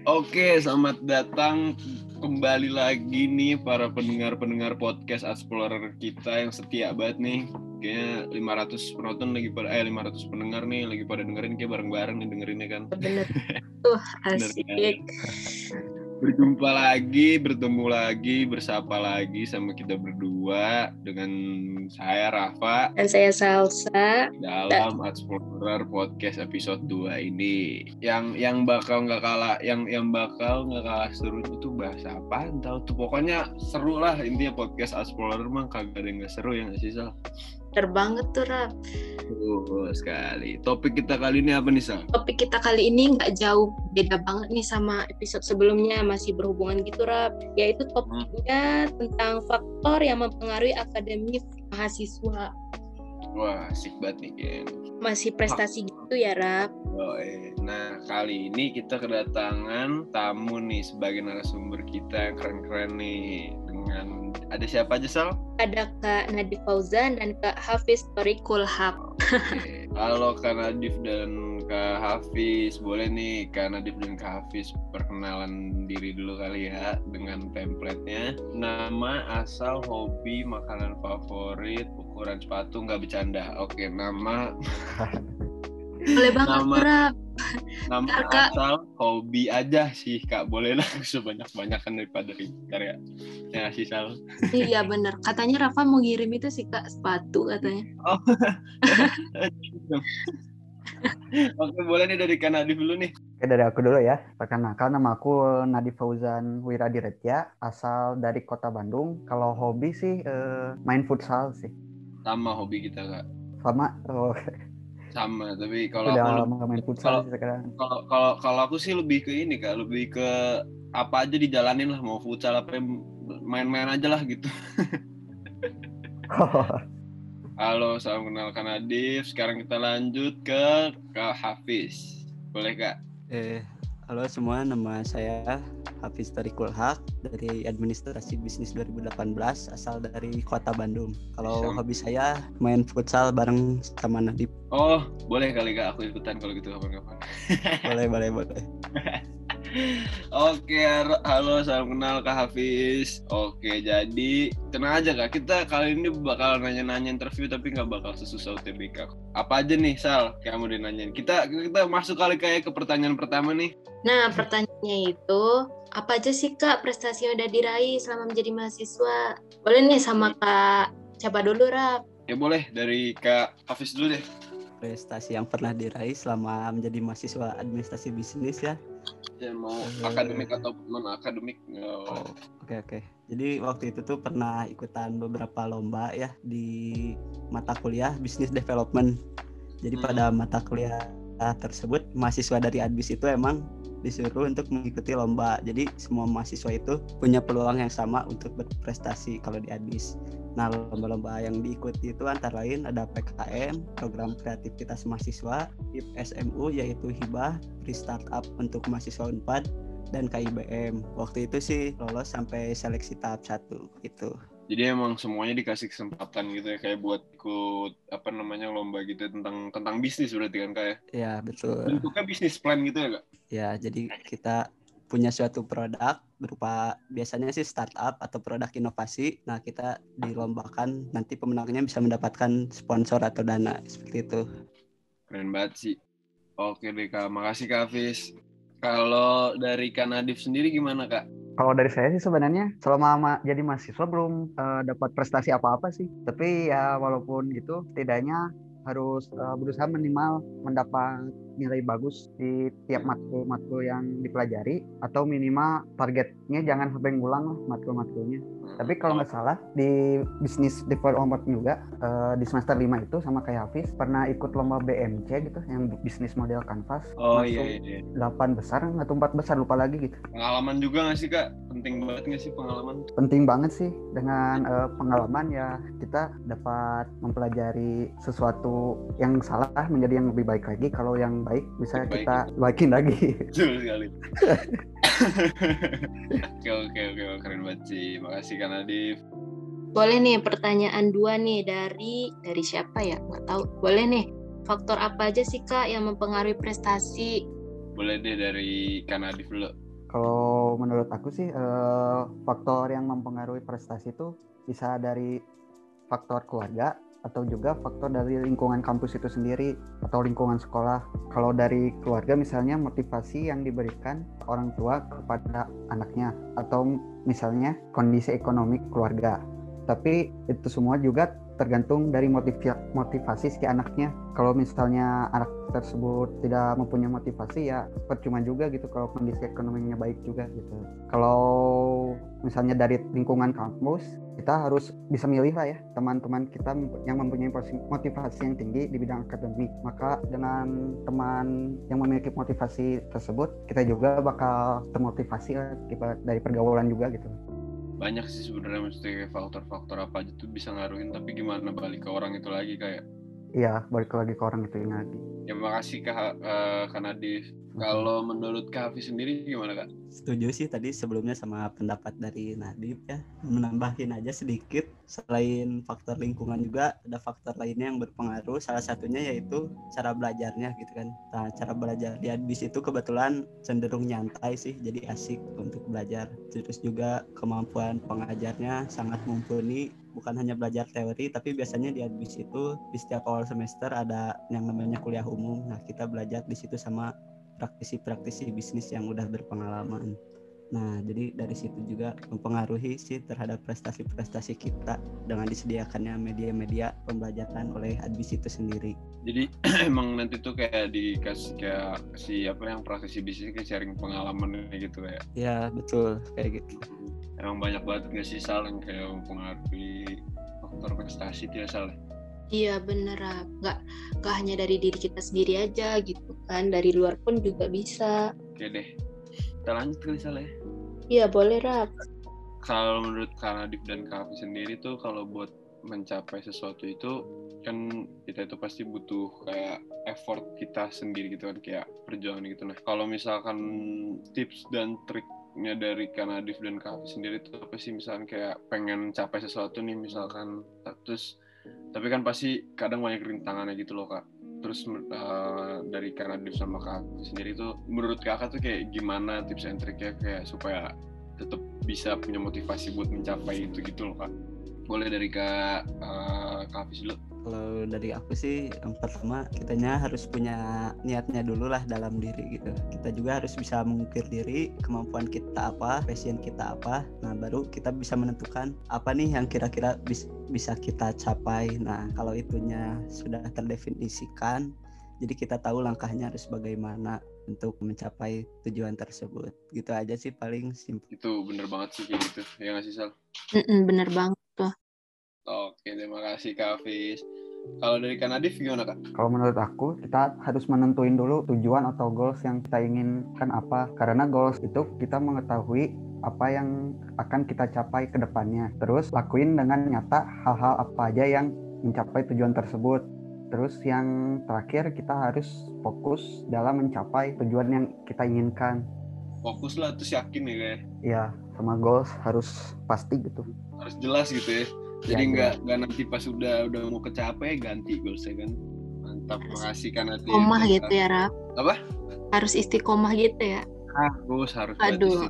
Oke, selamat datang kembali lagi nih para pendengar podcast Explorer kita yang setia banget nih. Kayaknya 500 penonton lagi pada 500 pendengar nih lagi pada dengerin kayak bareng-bareng nih dengerinnya kan. Bener tuh, Bener asik. kan? Bertemu lagi, bersapa lagi sama kita berdua dengan saya Rafa Dan saya Salsa. dalam Explorer Podcast episode 2 ini. Yang bakal nggak kalah seru itu bahasa apa? Entah tuh pokoknya seru lah intinya podcast Explorer mah kagak ada yang nggak seru ya nggak sih Sal? Bener banget tuh, Rap. Sekali. Topik kita kali ini apa nih Sal? Topik kita kali ini nggak jauh beda banget nih sama episode sebelumnya, masih berhubungan gitu, Rap. Yaitu topiknya tentang faktor yang mempengaruhi akademik mahasiswa. Wah, asik banget nih kayaknya. Masih prestasi gitu ya, Rap. Nah, kali ini kita kedatangan tamu nih sebagai narasumber kita yang keren-keren nih. Dengan ada siapa aja, Sal? Ada Kak Nadif Fauzan dan Kak Hafiz Thoriqul Haq. Oke. Halo Kak Nadif dan Kak Hafiz. Boleh nih Kak Nadif dan Kak Hafiz perkenalan diri dulu kali ya dengan template-nya. Nama, asal, hobi, makanan favorit, ukuran sepatu, nggak bercanda. Oke, nama Boleh banget, Rap. Nama, asal, hobi aja sih Kak. Boleh lah sebanyak-banyakan daripada karya. Ya sih Sal. Iya bener. Katanya Rafa mau ngirim itu sih Kak, sepatu katanya. Oh. Oke, boleh nih dari Kak Nadif dulu nih. Oke, dari aku dulu ya. Perkenalkan, nama aku Nadif Fauzan Wiradiretya, asal dari Kota Bandung. Kalau hobi sih main futsal sih. Sama hobi kita Kak. Sama, tapi kalau udah aku main futsal sih sekarang. Kalau aku sih lebih ke ini Kak, lebih ke apa aja dijalanin lah, mau futsal apa main-main aja lah gitu. Halo, salam kenal Kak Nadif. Sekarang kita lanjut ke Kak Hafiz. Boleh Kak? Halo semua, nama saya Hafiz Thoriqul Haq dari Administrasi Bisnis 2018, asal dari Kota Bandung. Kalau hobi saya main futsal bareng sama Nadif. Oh, boleh kali Kak aku ikutan kalau gitu kapan-kapan. Boleh. Oke, halo, salam kenal Kak Hafiz. Oke, jadi tenang aja Kak, kita kali ini bakal nanya-nanya interview tapi nggak bakal sesusah UTBK. Apa aja nih Sal, kamu udah nanyain. Kita masuk kali kayak ke pertanyaan pertama nih. Nah, pertanyaannya itu, apa aja sih Kak prestasi yang udah diraih selama menjadi mahasiswa? Boleh nih sama Kak, siapa dulu Rap? Ya boleh, dari Kak Hafiz dulu deh. Prestasi yang pernah diraih selama menjadi mahasiswa administrasi bisnis ya. Ya mau akademik atau non akademik. Oke. Jadi waktu itu tuh pernah ikutan beberapa lomba ya di mata kuliah business development. Jadi pada mata kuliah tersebut mahasiswa dari Adbis itu emang disuruh untuk mengikuti lomba. Jadi semua mahasiswa itu punya peluang yang sama untuk berprestasi kalau di Adbis. Nah, lomba-lomba yang diikuti itu antara lain ada PKM, program kreativitas mahasiswa, SMU yaitu hibah, free startup untuk mahasiswa Unpad, dan KIBM. Waktu itu sih lolos sampai seleksi tahap 1 gitu. Jadi emang semuanya dikasih kesempatan gitu ya, kayak buat ikut lomba gitu tentang bisnis berarti kan Kak ya? Iya, betul. Bentuknya bisnis plan gitu ya Kak? Ya, jadi kita punya suatu produk berupa biasanya sih startup atau produk inovasi. Nah, kita dilombakan, nanti pemenangnya bisa mendapatkan sponsor atau dana seperti itu. Keren banget sih. Oke deh Kak, makasih Kak Hafiz. Kalau dari Kak Nadif sendiri gimana Kak? Kalau dari saya sih sebenarnya selama jadi mahasiswa belum dapat prestasi apa-apa sih. Tapi ya walaupun gitu setidaknya harus berusaha minimal mendapat nilai bagus di tiap matkul yang dipelajari, atau minimal targetnya jangan sampai ngulang lah matkul-matkulnya. Tapi kalau nggak salah di bisnis development juga di semester 5 itu sama kayak Hafiz pernah ikut lomba BMC gitu yang bisnis model kanvas. Iya. 8 besar atau 4 besar lupa lagi gitu. Pengalaman juga nggak sih Kak? Penting banget nggak sih pengalaman? Penting banget sih. Dengan pengalaman ya kita dapat mempelajari sesuatu yang salah menjadi yang lebih baik lagi. Kalau yang baik bisa kita baikin lagi. Betul sekali. Oke, keren banget sih. Makasih Kak Nadif. Boleh nih pertanyaan 2 nih dari siapa ya? Nggak tahu. Boleh nih. Faktor apa aja sih Kak yang mempengaruhi prestasi? Boleh deh dari Kak Nadif dulu. Kalau menurut aku sih faktor yang mempengaruhi prestasi itu bisa dari faktor keluarga atau juga faktor dari lingkungan kampus itu sendiri atau lingkungan sekolah. Kalau dari keluarga misalnya motivasi yang diberikan orang tua kepada anaknya atau misalnya kondisi ekonomi keluarga. Tapi itu semua juga tergantung dari motivasi si anaknya. Kalau misalnya anak tersebut tidak mempunyai motivasi, ya percuma juga gitu kalau kondisi ekonominya baik juga gitu. Kalau misalnya dari lingkungan kampus, kita harus bisa milih lah ya teman-teman kita yang mempunyai motivasi yang tinggi di bidang akademik. Maka dengan teman yang memiliki motivasi tersebut, kita juga bakal termotivasi lah dari pergaulan juga gitu. Banyak sih sebenarnya, mesti kayak faktor-faktor apa aja tuh bisa ngaruhin, tapi gimana balik ke orang itu lagi kayak. Iya, balik lagi ke orang itu lagi. Ya makasih Kak Nadif. Kalau menurut Kak Hafiz sendiri gimana Kak? Setuju sih tadi sebelumnya sama pendapat dari Nadif ya. Menambahin aja sedikit, selain faktor lingkungan juga ada faktor lainnya yang berpengaruh. Salah satunya yaitu cara belajarnya gitu kan. Nah, cara belajar di Adbis itu kebetulan cenderung nyantai sih, jadi asik untuk belajar. Terus juga kemampuan pengajarnya sangat mumpuni. Bukan hanya belajar teori, tapi biasanya di Adbis itu di setiap awal semester ada yang namanya kuliah umum. Nah, kita belajar di situ sama praktisi-praktisi bisnis yang udah berpengalaman. Nah, jadi dari situ juga mempengaruhi sih terhadap prestasi-prestasi kita dengan disediakannya media-media pembelajaran oleh Adbis itu sendiri. Jadi emang nanti tuh kayak dikasih kayak si apa yang praktisi bisnis kayak sharing pengalaman gitu kayak. Ya, betul kayak gitu. Emang banyak banget nggak sih Sal yang kayak mempengaruhi faktor prestasi tidak salah. Iya bener, nggak hanya dari diri kita sendiri aja gitu kan, dari luar pun juga bisa. Oke deh, kita lanjut kali Sal ya. Iya boleh Rap. Kalau menurut Kak Nadif dan Kak Hafiz sendiri tuh kalau buat mencapai sesuatu itu kan kita itu pasti butuh kayak effort kita sendiri gitu kan, kayak perjuangan gitu. Nah kalau misalkan tips dan triknya dari Kak Nadif dan Kak Hafiz sendiri itu apa sih? Misalkan kayak pengen capai sesuatu nih misalkan, terus tapi kan pasti kadang banyak rintangannya gitu loh Kak. Terus dari Kak Nadif sama Kak Hafiz sendiri tuh menurut Kakak tuh kayak gimana tips and triknya kayak supaya tetap bisa punya motivasi buat mencapai itu gitu loh Kak. Boleh dari Kak Hafiz dulu. Kalau dari aku sih yang pertama kitanya harus punya niatnya dulu lah dalam diri gitu. Kita juga harus bisa mengukir diri, kemampuan kita apa, passion kita apa. Nah baru kita bisa menentukan apa nih yang kira-kira bisa kita capai. Nah kalau itunya sudah terdefinisikan, jadi kita tahu langkahnya harus bagaimana untuk mencapai tujuan tersebut. Gitu aja sih paling simpel. Itu bener banget sih kayak gitu. Ya nggak sih Sal? Bener banget tuh. Oke, terima kasih Kak Hafiz. Kalau dari Kak Nadif gimana Kak? Kalau menurut aku, kita harus menentuin dulu tujuan atau goals yang kita inginkan apa. Karena goals itu kita mengetahui apa yang akan kita capai ke depannya. Terus lakuin dengan nyata hal-hal apa aja yang mencapai tujuan tersebut. Terus yang terakhir kita harus fokus dalam mencapai tujuan yang kita inginkan. Fokus lah, terus yakin ya kayak. Iya, sama goals harus pasti gitu. Harus jelas gitu ya. Jadi nggak nanti pas udah mau kecapai ganti goalsnya kan. Mantap, makasih Kak Nadif. Istiqomah gitu ya Rap. Apa? Harus istiqomah gitu ya. Harus Aduh,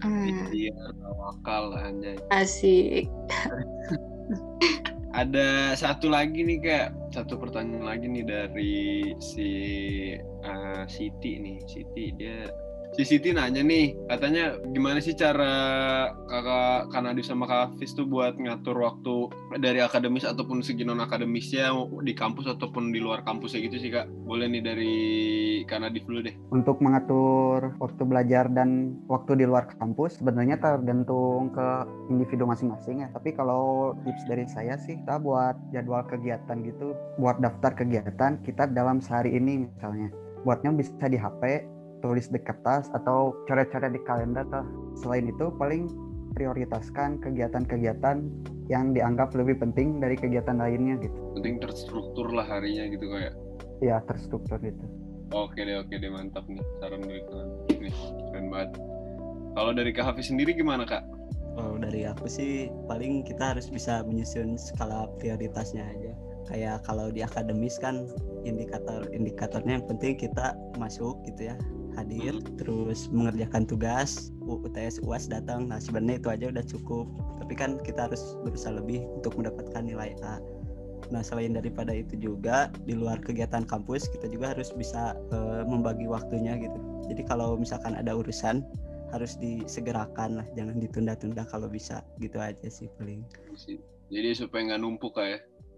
iya, tawakal anjay. asik. Ada satu lagi nih Kak, satu pertanyaan lagi nih dari si Siti nih. Si Siti nanya nih, katanya gimana sih cara Kak Nadif sama Kak Hafiz tuh buat ngatur waktu dari akademis ataupun segi non akademisnya di kampus ataupun di luar kampusnya gitu sih Kak. Boleh nih dari Kak Nadif dulu deh. Untuk mengatur waktu belajar dan waktu di luar kampus sebenarnya tergantung ke individu masing-masing ya. Tapi kalau tips dari saya sih, kita buat jadwal kegiatan gitu, buat daftar kegiatan kita dalam sehari ini misalnya. Buatnya bisa di HP, tulis di kertas atau coret-coret di kalender tuh. Selain itu paling prioritaskan kegiatan-kegiatan yang dianggap lebih penting dari kegiatan lainnya gitu. Penting terstruktur lah harinya gitu kayak. Iya, terstruktur gitu. Oke deh mantap nih saran dari kalian. Nih keren banget. Kalau dari Kak Hafiz sendiri gimana Kak? Kalau dari aku sih paling kita harus bisa menyusun skala prioritasnya aja. Kayak kalau di akademis kan indikatornya yang penting kita masuk gitu ya. hadir, terus mengerjakan tugas, UTS UAS datang. Nah sebenarnya itu aja udah cukup, tapi kan kita harus berusaha lebih untuk mendapatkan nilai A. Nah selain daripada itu juga di luar kegiatan kampus kita juga harus bisa membagi waktunya gitu. Jadi kalau misalkan ada urusan harus disegerakan lah, jangan ditunda-tunda kalau bisa, gitu aja sih paling. Jadi supaya nggak numpuk ya?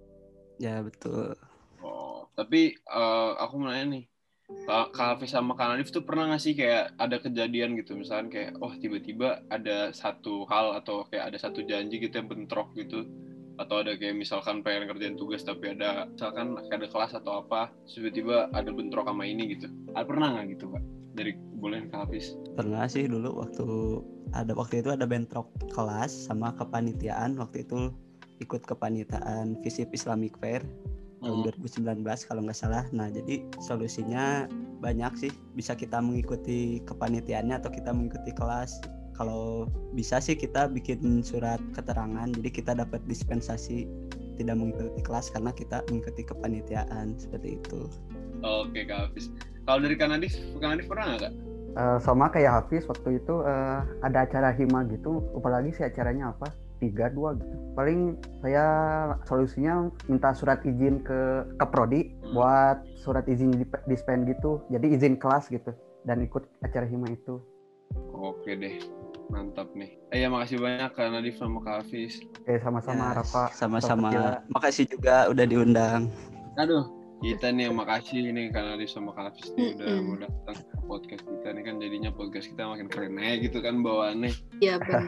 Ya betul. Oh, tapi aku mau nanya nih, Kak Hafiz sama Kak Nadif tuh pernah nggak sih kayak ada kejadian gitu, misalkan kayak tiba-tiba ada satu hal atau kayak ada satu janji gitu yang bentrok gitu, atau ada kayak misalkan pengen kerjain tugas tapi ada misalkan ada kelas atau apa, tiba-tiba ada bentrok sama ini gitu. Pernah nggak gitu Kak? Dari boleh Kak Hafiz? Pernah sih dulu waktu itu ada bentrok kelas sama kepanitiaan. Waktu itu ikut kepanitiaan FISIP Islamic Fair tahun 2019 kalau nggak salah. Nah jadi solusinya banyak sih, bisa kita mengikuti kepanitiaannya atau kita mengikuti kelas. Kalau bisa sih kita bikin surat keterangan, jadi kita dapat dispensasi tidak mengikuti kelas karena kita mengikuti kepanitiaan, seperti itu. Oke Kak Hafiz. Kalau dari Kak Nadif pernah nggak Kak? Sama kayak Hafiz waktu itu ada acara hima gitu, apalagi sih acaranya apa? 3-2 gitu. Paling saya solusinya minta surat izin ke prodi buat surat izin dispen gitu. Jadi izin kelas gitu dan ikut acara hima itu. Oke deh. Mantap nih. Ya makasih banyak Kak Nadif sama Kak Hafiz. Sama-sama Ya, Rafa. Sama-sama. Makasih juga udah diundang. Aduh, kita nih yang makasih nih Kak Nadif sama Kak Hafiz nih udah mau datang ke podcast kita nih, kan jadinya podcast kita makin keren aja gitu kan bawaannya. Iya benar.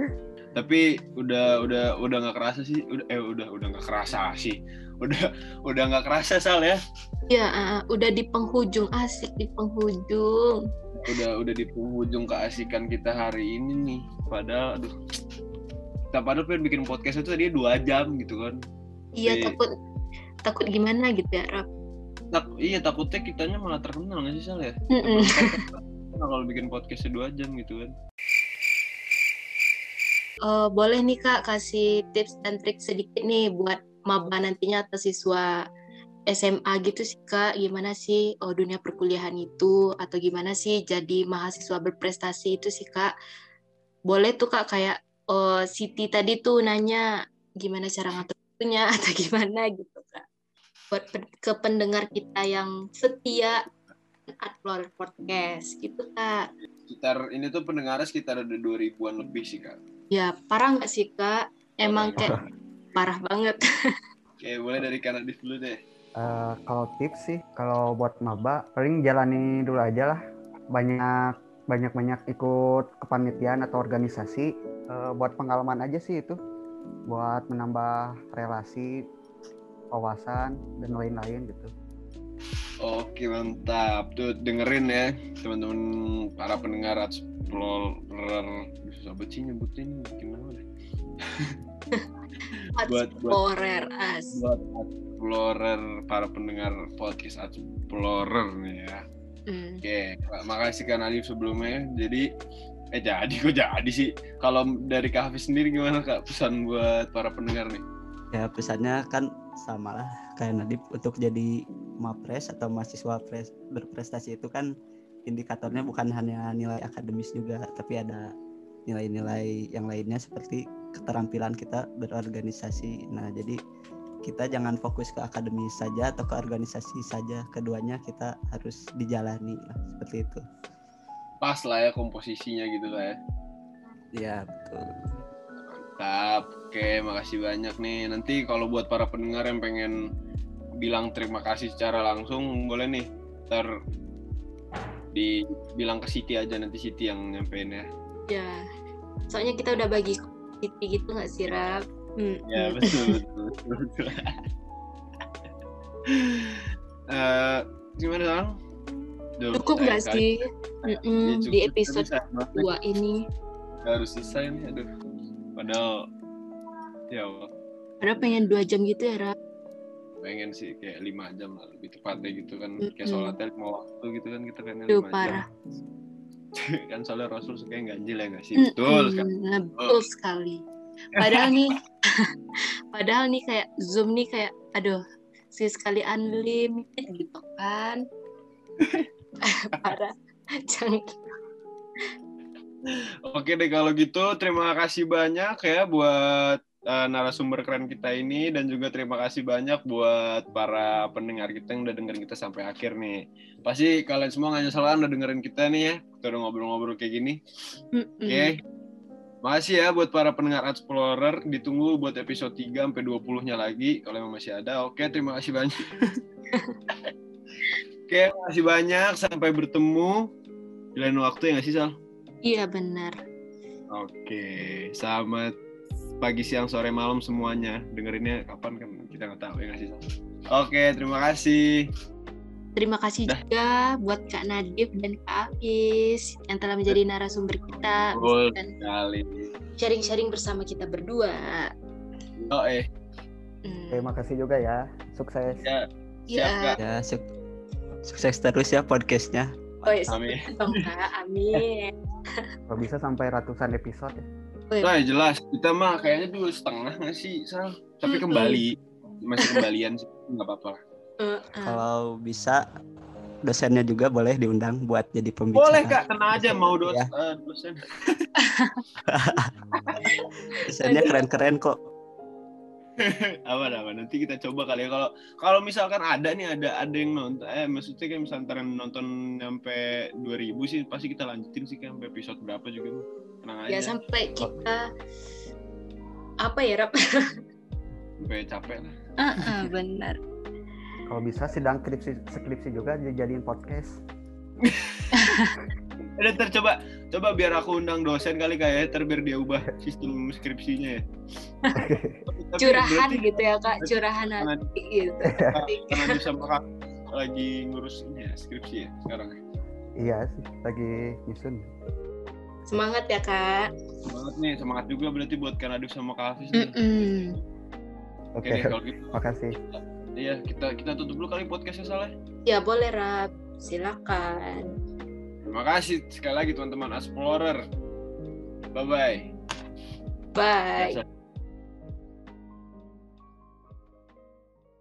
Tapi udah nggak kerasa sih, udah nggak kerasa sih, udah nggak kerasa Sal ya. Iya, udah di penghujung, asik di penghujung. Udah di penghujung keasikan kita hari ini nih. Padahal kita pengen bikin podcast itu tadi 2 jam gitu kan. Iya, takut gimana gitu ya, Rap. Iya, takutnya kitanya malah terkenal nggak sih Sal ya? Kalau bikin podcastnya 2 jam gitu kan. Boleh nih Kak kasih tips dan trik sedikit nih buat maba nantinya atau siswa SMA gitu sih Kak, gimana sih dunia perkuliahan itu, atau gimana sih jadi mahasiswa berprestasi itu sih Kak. Boleh tuh Kak, kayak Siti tadi tuh nanya gimana cara ngatur waktunya atau gimana gitu Kak. Buat ke pendengar kita yang setia upload podcast gitu Kak. Sekitar ini tuh pendengarnya sekitar ada 2.000-an lebih sih Kak. Ya, parah nggak sih Kak? Emang kayak parah banget. Oke, boleh dari Kak Nadif dulu deh. Kalau tips sih, kalau buat maba paling jalani dulu aja lah. Banyak ikut kepanitiaan atau organisasi. Buat pengalaman aja sih itu. Buat menambah relasi, wawasan, dan lain-lain gitu. Oke, mantap. Tuh dengerin ya teman-teman para pendengar Explorer. Susah banget sih nyebutin, gimana deh. buat Explorer, para pendengar podcast Explorer nih ya. Oke, makasih Kak Nadif sebelumnya. Jadi jadi sih. Kalau dari Kak Hafiz sendiri gimana Kak, pesan buat para pendengar nih? Ya pesannya kan sama lah kayak Nadif, untuk jadi mapres atau mahasiswa berprestasi itu kan indikatornya bukan hanya nilai akademis juga, tapi ada nilai-nilai yang lainnya seperti keterampilan kita berorganisasi. Nah jadi kita jangan fokus ke akademis saja atau ke organisasi saja, keduanya kita harus dijalani lah, seperti itu. Pas lah ya komposisinya gitu lah ya. Iya betul. Mantap. Oke, makasih banyak nih. Nanti kalau buat para pendengar yang pengen bilang terima kasih secara langsung, boleh nih ntar dibilang ke Siti aja, nanti Siti yang nyampein ya. Ya, soalnya kita udah bagi Siti gitu nggak sih Rap? Ya betul. Gimana Bang? Cukup nggak sih di episode 2 ini? Harus selesai nih, aduh. Padahal ya Allah. Padahal pengen 2 jam gitu ya Rap? Pengen sih kayak 5 jam lah lebih tepatnya gitu kan. Kayak sholatnya 5 waktu gitu kan, kita pengen 5 parah. jam. Kan soalnya Rasul suka yang ganjil ya nggak sih? Betul sekali. Padahal nih kayak Zoom nih kayak aduh sekali unlimited gitu kan. Parah. Jangan. Oke deh kalau gitu, terima kasih banyak ya buat narasumber keren kita ini, dan juga terima kasih banyak buat para pendengar kita yang udah dengerin kita sampai akhir nih. Pasti kalian semua gak nyesel kan udah dengerin kita nih ya, kita udah ngobrol-ngobrol kayak gini. Oke. Makasih ya buat para pendengar Explorer, ditunggu buat episode 3 sampai 20-nya lagi kalau memang masih ada. Oke, terima kasih banyak. Oke, makasih banyak, sampai bertemu di lain waktu ya nggak sih, Sal? Iya benar. Oke, selamat pagi, siang, sore, malam semuanya. Dengerinnya kapan kan kita nggak tahu ya nggak sih, Sal? Oke, terima kasih. Terima kasih juga buat Kak Nadif dan Kak Hafiz yang telah menjadi narasumber kita dan sharing-sharing bersama kita berdua. Terima kasih juga ya, sukses. Ya, siap Kak. Ya, sukses terus ya podcastnya. Amin. Amin. Kalau bisa sampai ratusan episode ya. Nah, jelas. Kita mah kayaknya dulu setengah nggak sih, Sal? Tapi kembali. Masih kembalian sih, nggak apa-apa. Kalau bisa, dosennya juga boleh diundang buat jadi pembicara. Boleh Kak, tenang aja mau dosen. Dosennya keren-keren kok. Apa nanti kita coba kali ya, kalau misalkan ada yang nonton, maksudnya kayak misalnya nonton sampai 2000 sih pasti kita lanjutin sih kan sampai episode berapa juga, tenang aja ya sampai kita apa ya Rap sampai capek lah. Benar. Kalau bisa sidang skripsi juga dijadiin podcast. Ntar coba biar aku undang dosen kali kayak biar dia ubah sistem skripsinya ya. Curahan gitu ya Kak, curahan nanti gitu. Karena bisa lagi ngurus ini ya, skripsi ya sekarang. Iya sih, lagi nyusun. Semangat ya Kak. Semangat juga berarti buat Kak Nadif sama Kak Hafiz nih. Oke, kalau gitu. Makasih. Iya, kita tutup dulu kali podcastnya, Saleh. Ya boleh Rap, silakan. Terima kasih sekali lagi teman-teman Explorer. Bye-bye. Bye.